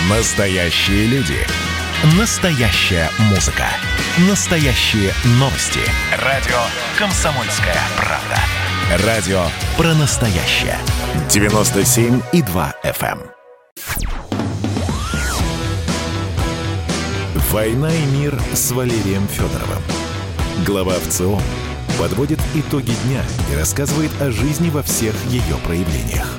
Настоящие люди. Настоящая музыка. Настоящие новости. Радио «Комсомольская правда». Радио про настоящее. 97,2 FM. «Война и мир» с Валерием Федоровым. Глава ВЦИОМ подводит итоги дня и рассказывает о жизни во всех ее проявлениях.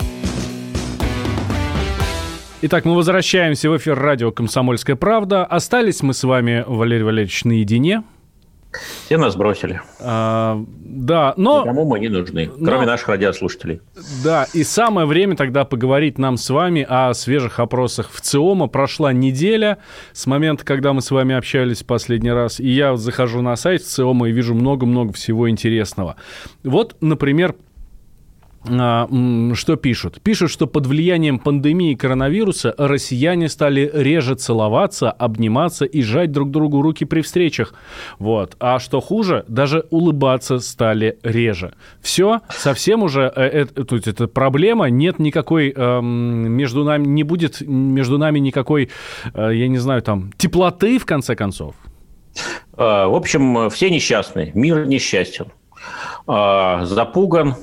Итак, мы возвращаемся в эфир радио «Комсомольская правда». Остались мы с вами, Валерий Валерьевич, наедине. Все нас бросили. Да, но... Никому мы не нужны, кроме наших радиослушателей. Да, и самое время тогда поговорить нам с вами о свежих опросах ВЦИОМа. Прошла неделя с момента, когда мы с вами общались в последний раз, и я захожу на сайт ВЦИОМа и вижу много-много всего интересного. Вот, например... Что пишут? Пишут, что под влиянием пандемии коронавируса россияне стали реже целоваться, обниматься и жать друг другу руки при встречах. Вот. А что хуже, даже улыбаться стали реже. Все, совсем уже это проблема, нет никакой между нами, не будет между нами никакой, я не знаю, там, теплоты, в конце концов. В общем, все несчастны, мир несчастен, запуган,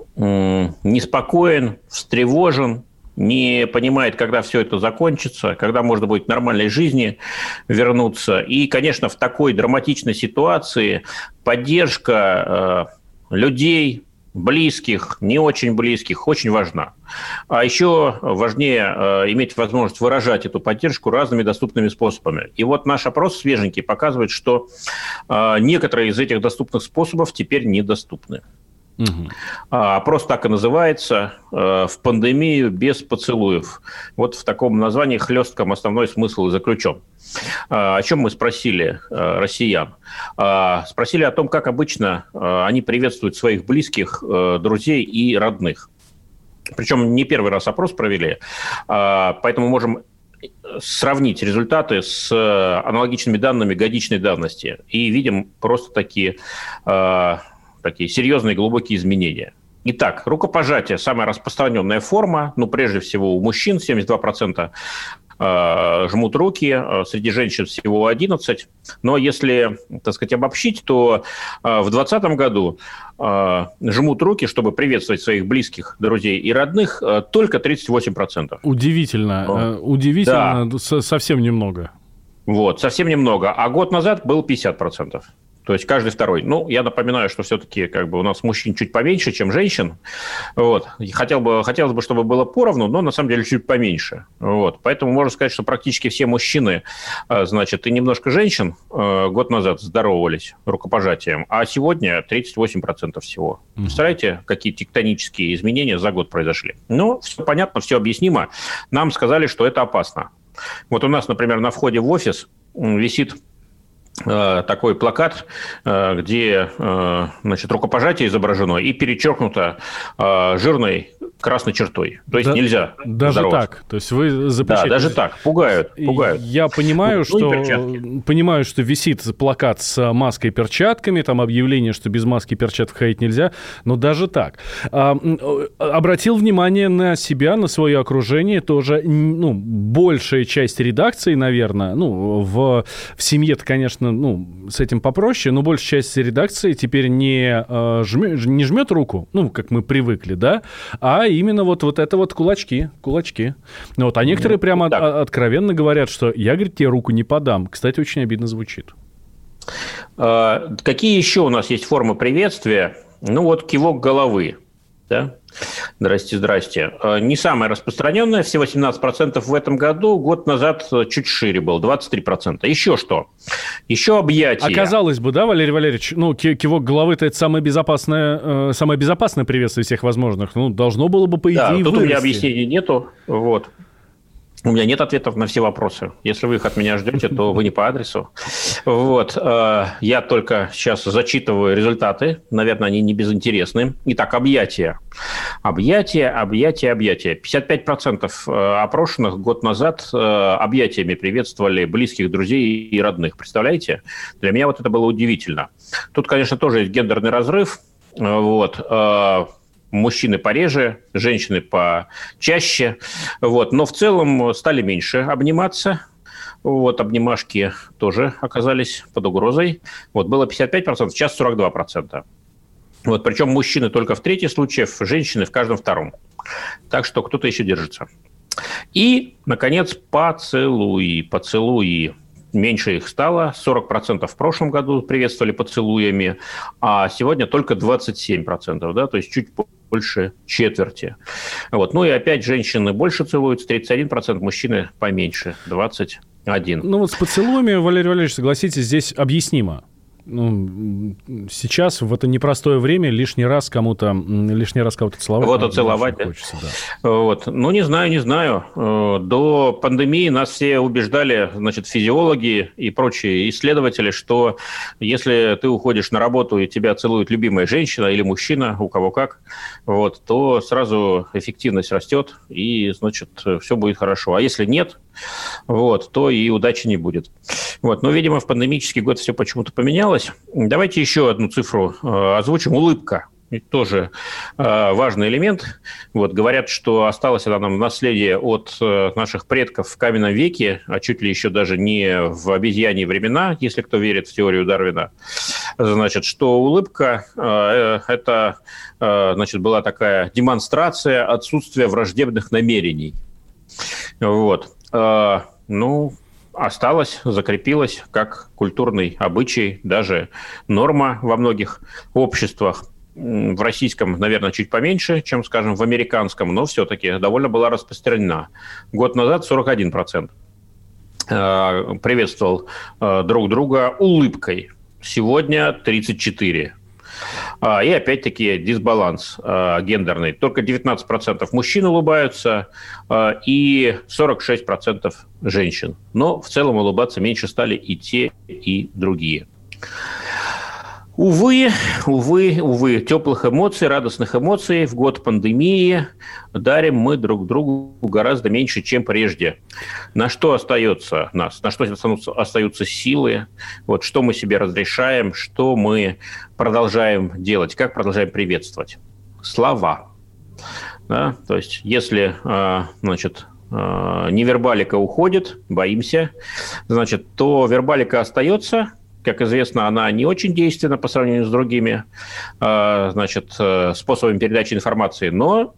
неспокоен, встревожен, не понимает, когда все это закончится, когда можно будет к нормальной жизни вернуться. И, конечно, в такой драматичной ситуации поддержка людей, близких, не очень близких, очень важна. А еще важнее иметь возможность выражать эту поддержку разными доступными способами. И вот наш опрос свеженький показывает, что некоторые из этих доступных способов теперь недоступны. Угу. Опрос так и называется «В пандемию без поцелуев». Вот в таком названии хлестком основной смысл и заключен. О чем мы спросили россиян? Спросили о том, как обычно они приветствуют своих близких, друзей и родных. Причем не первый раз опрос провели, поэтому можем сравнить результаты с аналогичными данными годичной давности. И видим просто такие серьезные глубокие изменения. Итак, рукопожатие – самая распространенная форма. Прежде всего, у мужчин 72% жмут руки, среди женщин всего 11%. Но если, обобщить, то в 2020 году жмут руки, чтобы приветствовать своих близких, друзей и родных, только 38%. Удивительно. Удивительно, да. Совсем немного. Вот, совсем немного. А год назад был 50%. То есть каждый второй. Я напоминаю, что все-таки у нас мужчин чуть поменьше, чем женщин. Вот. Хотелось бы, чтобы было поровну, но на самом деле чуть поменьше. Вот. Поэтому можно сказать, что практически все мужчины, и немножко женщин год назад здоровались рукопожатием, а сегодня 38% всего. Представляете, какие тектонические изменения за год произошли? Все понятно, все объяснимо. Нам сказали, что это опасно. Вот у нас, например, на входе в офис висит такой плакат, где рукопожатие изображено и перечеркнуто жирной красной чертой. То есть нельзя даже здороваться. Так? То есть вы запрещаете? Да, даже так. Пугают. Я понимаю, что висит плакат с маской и перчатками, там объявление, что без маски и перчаток ходить нельзя, но даже так. Обратил внимание на себя, на свое окружение тоже, большая часть редакции, наверное, в семье-то, конечно, с этим попроще, но большая часть редакции теперь не жмет руку, как мы привыкли, да, а именно вот это вот кулачки. А некоторые прямо откровенно говорят, что я, говорит, тебе руку не подам. Кстати, очень обидно звучит. Какие еще у нас есть формы приветствия? Кивок головы. Да? Здрасте. Не самое распространенное, всего 17% в этом году. Год назад чуть шире был, 23%. Еще что? Еще объятия. Казалось бы, да, Валерий Валерьевич, кивок головы-то это самое безопасное приветствие всех возможных. Должно было бы, по идее, вырасти. Тут у меня объяснений нету. Вот. У меня нет ответов на все вопросы. Если вы их от меня ждете, то вы не по адресу. Вот. Я только сейчас зачитываю результаты. Наверное, они не безинтересны. Итак, объятия. Объятия. 55% опрошенных год назад объятиями приветствовали близких, друзей и родных. Представляете? Для меня это было удивительно. Тут, конечно, тоже есть гендерный разрыв. Вот. Мужчины пореже, женщины почаще. Вот. Но в целом стали меньше обниматься. Вот, обнимашки тоже оказались под угрозой. Вот, было 55%, сейчас 42%. Вот, причем мужчины только в трети случаев, женщины в каждом втором. Так что кто-то еще держится. И, наконец, поцелуи. Поцелуи. Меньше их стало. 40% в прошлом году приветствовали поцелуями, а сегодня только 27%, да, то есть чуть больше четверти. Вот. Ну и опять женщины больше целуются, 31%, мужчины поменьше, 21%. Ну вот с поцелуями, Валерий Валерьевич, согласитесь, здесь объяснимо. Ну, сейчас в это непростое время лишний раз кого-то целовать. Кого-то целовать, да? Хочется, да. Вот. Ну, не знаю. До пандемии нас все убеждали, значит, физиологи и прочие исследователи, что если ты уходишь на работу и тебя целует любимая женщина или мужчина, у кого как, вот, то сразу эффективность растет, и, значит, все будет хорошо. А если нет, вот, то и удачи не будет. Вот. Но, видимо, в пандемический год все почему-то поменялось. Давайте еще одну цифру озвучим. Улыбка. Это тоже важный элемент. Вот, говорят, что осталась она нам в наследие от наших предков в каменном веке, а чуть ли еще даже не в обезьяньи времена, если кто верит в теорию Дарвина. Значит, что улыбка это, значит, была такая демонстрация отсутствия враждебных намерений. Вот. Ну, осталось, закрепилось как культурный обычай, даже норма во многих обществах. В российском, наверное, чуть поменьше, чем, скажем, в американском, но все-таки довольно была распространена. Год назад 41% приветствовал друг друга улыбкой. Сегодня 34%. И опять-таки дисбаланс гендерный. Только 19% мужчин улыбаются и 46% женщин. Но в целом улыбаться меньше стали и те, и другие. Увы, теплых эмоций, радостных эмоций в год пандемии дарим мы друг другу гораздо меньше, чем прежде. На что остается нас? На что остаются силы? Вот что мы себе разрешаем, что мы продолжаем делать, как продолжаем приветствовать? Слова. Да? То есть, если, значит, невербалика уходит, боимся, значит, то вербалика остается. Как известно, она не очень действенна по сравнению с другими, значит, способами передачи информации. Но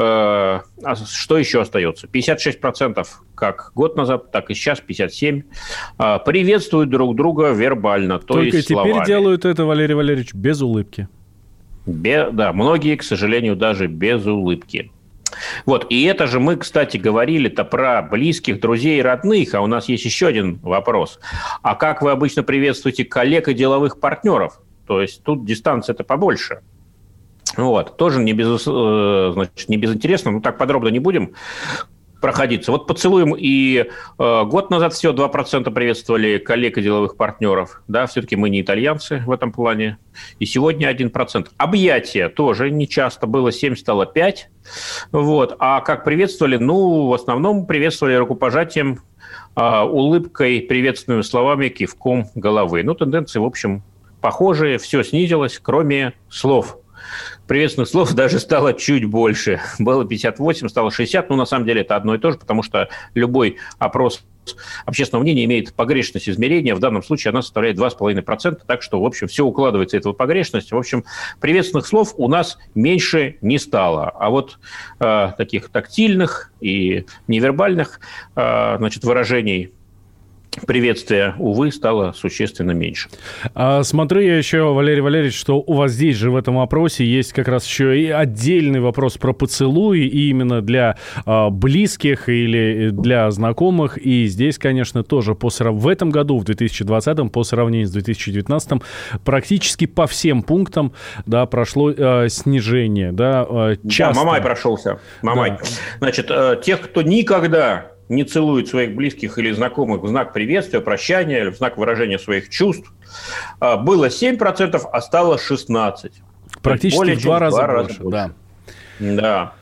что еще остается? 56% как год назад, так и сейчас 57% приветствуют друг друга вербально, то только есть теперь словами. Делают это, Валерий Валерьевич, без улыбки. Да, многие, к сожалению, даже без улыбки. Вот, и это же мы, кстати, говорили-то про близких, друзей и родных, а у нас есть еще один вопрос. А как вы обычно приветствуете коллег и деловых партнеров? То есть тут дистанция-то побольше. Вот, тоже не безинтересно, но так подробно не будем проходиться. Вот поцелуем и год назад всего 2% приветствовали коллег и деловых партнеров. Да, все-таки мы не итальянцы в этом плане. И сегодня 1%. Объятия тоже не часто было, 7 стало 5. Вот. А как приветствовали? Ну, в основном приветствовали рукопожатием, улыбкой, приветственными словами, кивком головы. Ну, тенденции, в общем, похожие. Все снизилось, кроме слов. Приветственных слов даже стало чуть больше. Было 58, стало 60. Но на самом деле это одно и то же, потому что любой опрос общественного мнения имеет погрешность измерения. В данном случае она составляет 2,5%. Так что, в общем, все укладывается, эта погрешность. В общем, приветственных слов у нас меньше не стало. А вот таких тактильных и невербальных, значит, выражений приветствия, увы, стало существенно меньше. Смотрю я еще, Валерий Валерьевич, что у вас здесь же в этом опросе есть как раз еще и отдельный вопрос про поцелуи, и именно для близких или для знакомых. И здесь, конечно, тоже в этом году, в 2020, по сравнению с 2019, практически по всем пунктам, да, прошло снижение. Да, часто... Да, Мамай прошелся. Мамай. Да. Значит, тех, кто никогда не целует своих близких или знакомых в знак приветствия, прощания, или в знак выражения своих чувств, было 7%, а стало 16%. Практически в 2 раза больше. Да. Да.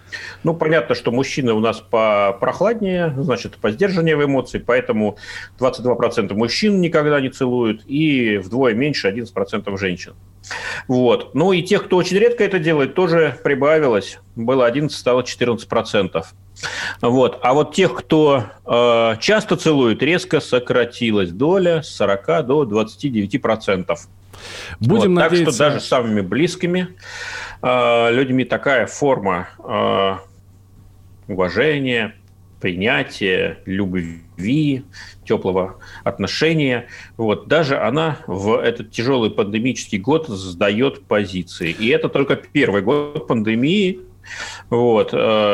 Ну, понятно, что мужчины у нас попрохладнее, значит, по сдержаннее в эмоции, поэтому 22% мужчин никогда не целуют и вдвое меньше 11% женщин. Вот. Ну и тех, кто очень редко это делает, тоже прибавилось. Было 11, стало 14%. Вот. А вот тех, кто часто целует, резко сократилась доля с 40 до 29%. Будем вот. надеяться... Так что даже с самыми близкими людьми такая форма уважения, принятия, любви, теплого отношения, вот, даже она в этот тяжелый пандемический год сдает позиции. И это только первый год пандемии. Вот.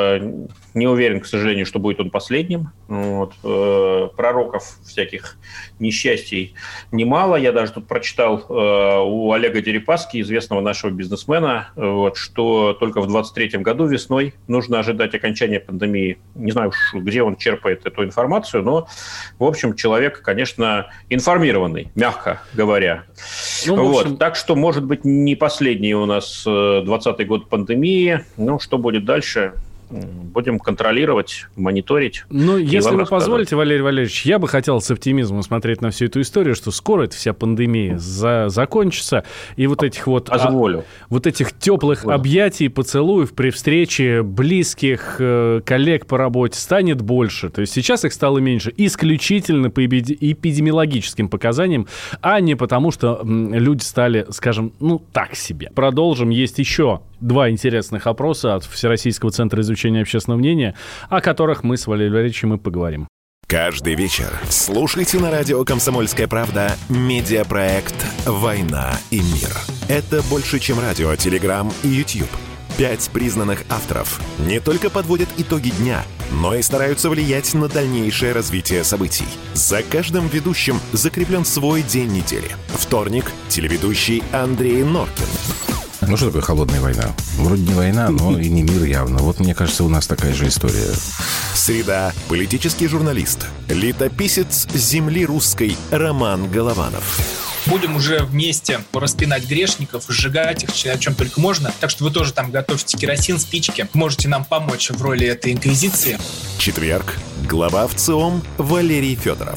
Не уверен, к сожалению, что будет он последним. Вот. Пророков всяких несчастий немало. Я даже тут прочитал у Олега Дерипаски, известного нашего бизнесмена, вот, что только в 2023 году весной нужно ожидать окончания пандемии. Не знаю, где он черпает эту информацию, но, в общем, человек, конечно, информированный, мягко говоря. Ну, вот. общем... Так что, может быть, не последний у нас 2020 год пандемии. Ну, что будет дальше? Будем контролировать, мониторить. Ну, если вы позволите, Валерий Валерьевич, я бы хотел с оптимизмом смотреть на всю эту историю, что скоро эта вся пандемия закончится, и вот этих вот... вот этих теплых объятий, поцелуев при встрече близких, коллег по работе станет больше. То есть сейчас их стало меньше, исключительно по эпидемиологическим показаниям, а не потому, что люди стали, скажем, так себе. Продолжим. Есть еще 2 интересных опроса от Всероссийского центра изучения общественного мнения, о которых мы с Валерием Валерьевичем и поговорим. Каждый вечер слушайте на радио «Комсомольская правда» медиапроект «Война и мир». Это больше, чем радио, телеграм и YouTube. 5 признанных авторов не только подводят итоги дня, но и стараются влиять на дальнейшее развитие событий. За каждым ведущим закреплен свой день недели. Вторник – телеведущий Андрей Норкин. Ну, что такое холодная война? Вроде не война, но и не мир явно. Вот, мне кажется, у нас такая же история. Среда. Политический журналист, летописец земли русской Роман Голованов. Будем уже вместе распинать грешников, сжигать их, о чем только можно. Так что вы тоже там готовьте керосин, спички. Можете нам помочь в роли этой инквизиции. Четверг. Глава ВЦИОМ Валерий Федоров.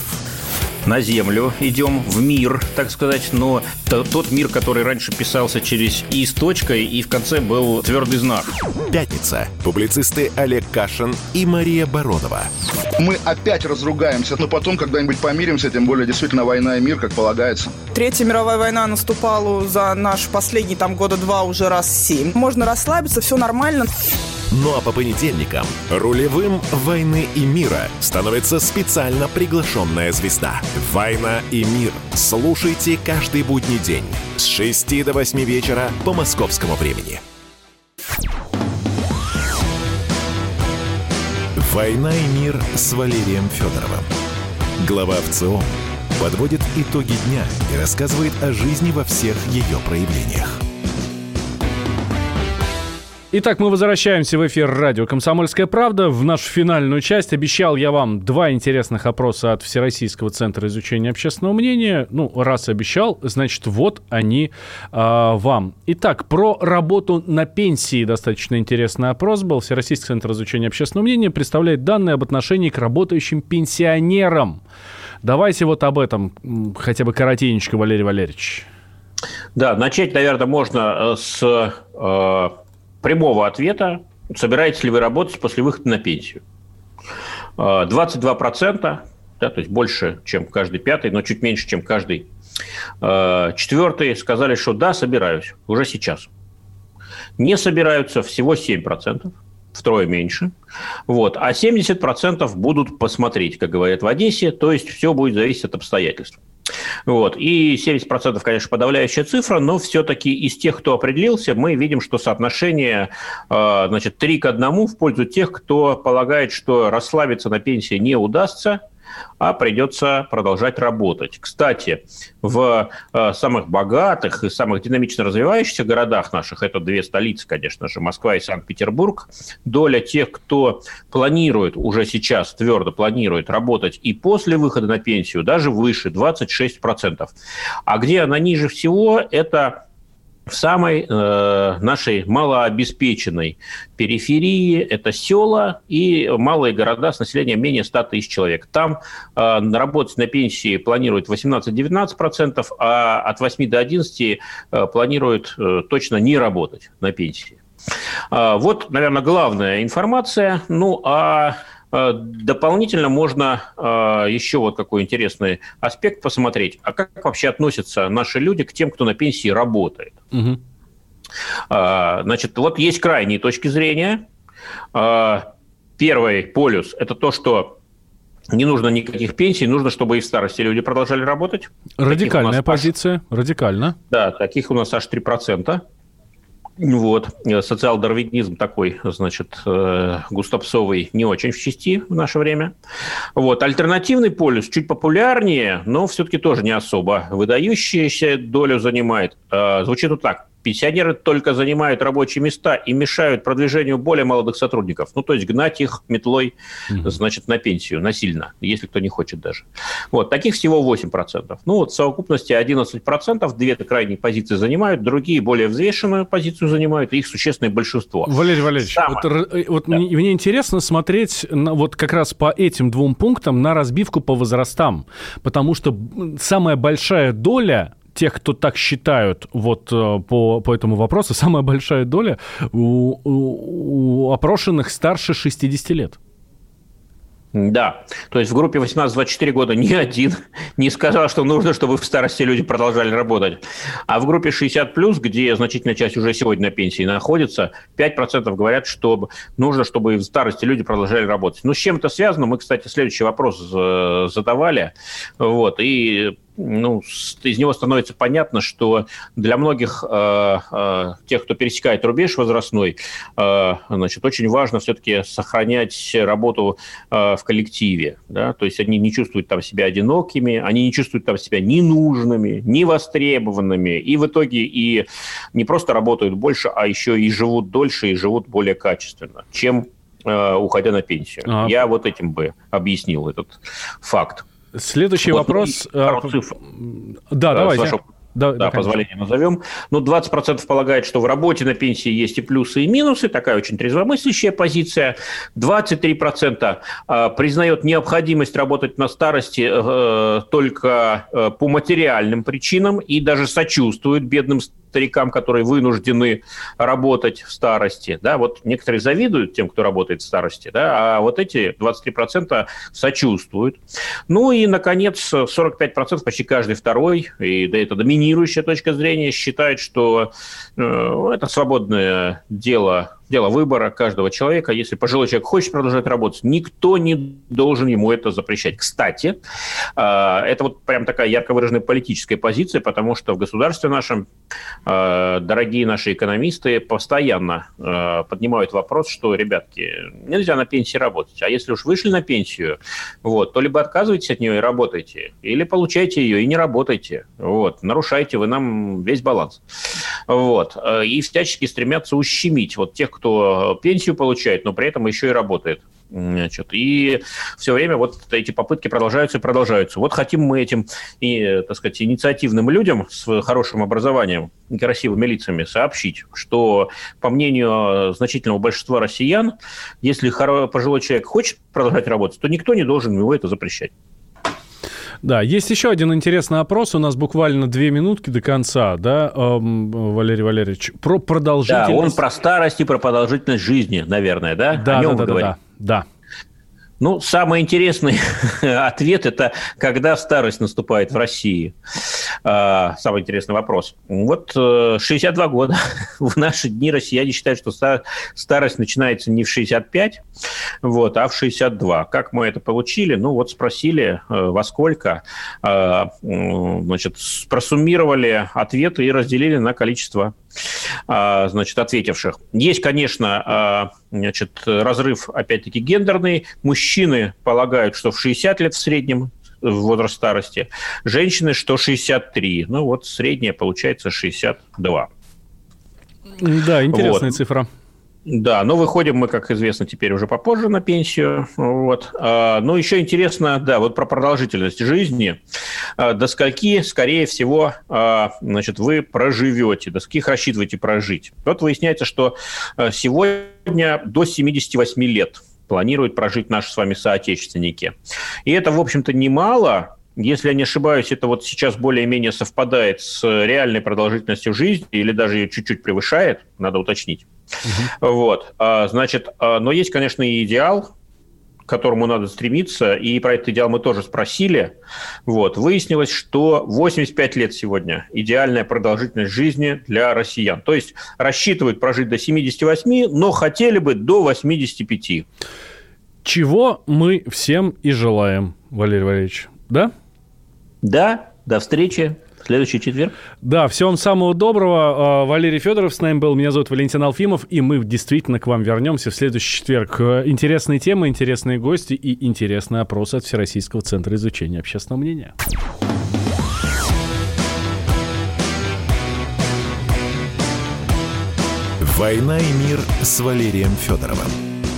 На землю идем, в мир, так сказать, но тот мир, который раньше писался через «и» с точкой, и в конце был твердый знак. Пятница. Публицисты Олег Кашин и Мария Баронова. Мы опять разругаемся, но потом когда-нибудь помиримся, тем более действительно война и мир, как полагается. Третья мировая война наступала за наш последний года 2 уже раз 7. Можно расслабиться, все нормально. Ну а по понедельникам рулевым «Войны и мира» становится специально приглашенная звезда. «Война и мир». Слушайте каждый будний день с 6 до 8 вечера по московскому времени. «Война и мир» с Валерием Федоровым. Глава ВЦИОМ подводит итоги дня и рассказывает о жизни во всех ее проявлениях. Итак, мы возвращаемся в эфир радио «Комсомольская правда». В нашу финальную часть обещал я вам 2 интересных опроса от Всероссийского центра изучения общественного мнения. Раз обещал, значит, вот они вам. Итак, про работу на пенсии достаточно интересный опрос был. Всероссийский центр изучения общественного мнения представляет данные об отношении к работающим пенсионерам. Давайте вот об этом хотя бы коротенечко, Валерий Валерьевич. Да, начать, наверное, можно с... прямого ответа, собираетесь ли вы работать после выхода на пенсию. 22%, да, то есть больше, чем каждый 5-й, но чуть меньше, чем каждый 4-й, сказали, что да, собираюсь, уже сейчас. Не собираются всего 7%, втрое меньше. Вот, а 70% будут посмотреть, как говорят в Одессе, то есть все будет зависеть от обстоятельств. Вот. И 70%, конечно, подавляющая цифра, но все-таки из тех, кто определился, мы видим, что соотношение 3 к 1 в пользу тех, кто полагает, что расслабиться на пенсии не удастся, а придется продолжать работать. Кстати, в самых богатых и самых динамично развивающихся городах наших, это 2 столицы, конечно же, Москва и Санкт-Петербург, доля тех, кто планирует, уже сейчас твердо планирует работать и после выхода на пенсию, даже выше, 26%. А где она ниже всего, это в самой нашей малообеспеченной периферии, это села и малые города с населением менее 100 тысяч человек. Там работать на пенсии планируют 18-19%, а от 8 до 11 планируют точно не работать на пенсии. Вот, наверное, главная информация. Ну, а дополнительно можно еще вот какой интересный аспект посмотреть. А как вообще относятся наши люди к тем, кто на пенсии работает? Угу. Значит, вот есть крайние точки зрения. Первый полюс – это то, что не нужно никаких пенсий, нужно, чтобы и в старости люди продолжали работать. Радикальная позиция, радикально. Да, таких у нас аж 3%. Вот. Социал-дарвинизм такой, значит, густопсовый, не очень в чести в наше время. Вот. Альтернативный полюс чуть популярнее, но все-таки тоже не особо выдающуюся долю занимает. Звучит вот так. Пенсионеры только занимают рабочие места и мешают продвижению более молодых сотрудников. Ну, то есть гнать их метлой, значит, на пенсию насильно, если кто не хочет даже. Вот, таких всего 8%. Ну, вот в совокупности 11%, две крайние позиции занимают, другие более взвешенную позицию занимают, и их существенное большинство. Валерий Валерьевич, вот да. Мне интересно смотреть вот как раз по этим двум пунктам на разбивку по возрастам, потому что самая большая доля тех, кто так считают вот по этому вопросу, самая большая доля у опрошенных старше 60 лет. Да, то есть в группе 18-24 года ни один не сказал, что нужно, чтобы в старости люди продолжали работать. А в группе 60+, где значительная часть уже сегодня на пенсии находится, 5% говорят, что нужно, чтобы и в старости люди продолжали работать. Ну, с чем это связано? Мы, кстати, следующий вопрос задавали. Вот, и из него становится понятно, что для многих тех, кто пересекает рубеж возрастной, значит, очень важно все-таки сохранять работу в коллективе. Да? То есть они не чувствуют там себя одинокими, они не чувствуют там себя ненужными, невостребованными, и в итоге и не просто работают больше, а еще и живут дольше, и живут более качественно, чем уходя на пенсию. Я вот этим бы объяснил этот факт. Следующий вопрос. Давайте. Да, позволение назовем. 20% полагает, что в работе на пенсии есть и плюсы, и минусы. Такая очень трезвомыслящая позиция. 23% признает необходимость работать на старости только по материальным причинам и даже сочувствует бедным старикам, которые вынуждены работать в старости. Да, вот некоторые завидуют тем, кто работает в старости, да, а вот эти 23% сочувствуют. Ну и, наконец, 45%, почти каждый второй, и да, это доминирующая точка зрения, считает, что это свободное дело выбора каждого человека. Если пожилой человек хочет продолжать работать, никто не должен ему это запрещать. Кстати, это вот прям такая ярко выраженная политическая позиция, потому что в государстве нашем дорогие наши экономисты постоянно поднимают вопрос, что, ребятки, нельзя на пенсии работать. А если уж вышли на пенсию, вот, то либо отказывайтесь от нее и работайте, или получайте ее и не работайте. Вот, нарушайте вы нам весь баланс. Вот, и всячески стремятся ущемить вот тех, кто пенсию получает, но при этом еще и работает. Значит, и все время вот эти попытки продолжаются и продолжаются. Вот хотим мы этим, так сказать, инициативным людям с хорошим образованием и красивыми лицами сообщить, что, по мнению значительного большинства россиян, если пожилой человек хочет продолжать работать, то никто не должен ему это запрещать. Да, есть еще один интересный опрос. У нас буквально 2 минутки до конца, да, Валерий Валерьевич, про продолжительность... Да, он про старость и про продолжительность жизни, наверное, да? Да, да. Ну, самый интересный ответ – это когда старость наступает в России. Самый интересный вопрос. Вот 62 года. В наши дни россияне считают, что старость начинается не в 65, вот, а в 62. Как мы это получили? Ну, вот спросили, во сколько, значит, просуммировали ответы и разделили на количество, значит, ответивших. Есть, конечно, значит, разрыв, опять-таки, гендерный. Мужчины полагают, что в 60 лет в среднем возраст старости. Женщины, что 63. Ну, вот средняя получается 62. Да, интересная цифра. Да, но выходим мы, как известно, теперь уже попозже на пенсию. Вот. Но еще интересно, да, вот про продолжительность жизни. До скольки, скорее всего, значит, вы проживете, до скольких рассчитываете прожить. Вот выясняется, что сегодня до 78 лет планируют прожить наши с вами соотечественники. И это, в общем-то, немало. Если я не ошибаюсь, это вот сейчас более-менее совпадает с реальной продолжительностью жизни или даже ее чуть-чуть превышает, надо уточнить. Вот. Значит, но есть, конечно, и идеал, к которому надо стремиться, и про этот идеал мы тоже спросили. Вот. Выяснилось, что 85 лет сегодня идеальная продолжительность жизни для россиян. То есть рассчитывают прожить до 78, но хотели бы до 85. Чего мы всем и желаем, Валерий Валерьевич, да? Да, до встречи в следующий четверг. Да, всего вам самого доброго. Валерий Федоров с нами был, меня зовут Валентин Алфимов, и мы действительно к вам вернемся в следующий четверг. Интересные темы, интересные гости и интересные опросы от Всероссийского центра изучения общественного мнения. «Война и мир» с Валерием Федоровым.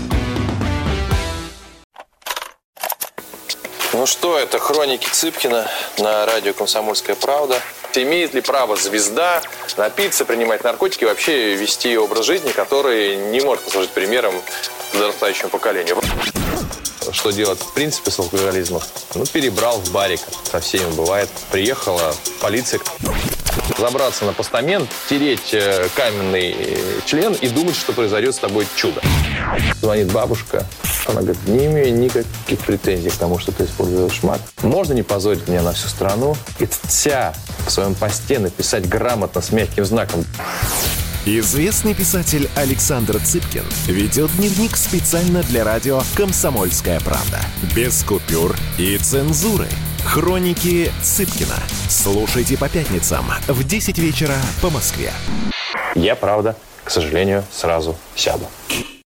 Ну что, это хроники Цыпкина на радио «Комсомольская правда». Имеет ли право звезда напиться, принимать наркотики и вообще вести образ жизни, который не может послужить примером подрастающему поколению? Что делать в принципе с алкоголизмом? Ну, перебрал в барик, со всеми бывает. Приехала полиция. Забраться на постамент, тереть каменный член и думать, что произойдет с тобой чудо. Звонит бабушка. Она говорит, не имею никаких претензий к тому, что ты используешь мат. Можно не позорить меня на всю страну и вся в своем посте написать грамотно с мягким знаком. Известный писатель Александр Цыпкин ведет дневник специально для радио «Комсомольская правда». Без купюр и цензуры. Хроники Цыпкина. Слушайте по пятницам в 10 вечера по Москве. Я, правда, к сожалению, сразу сяду.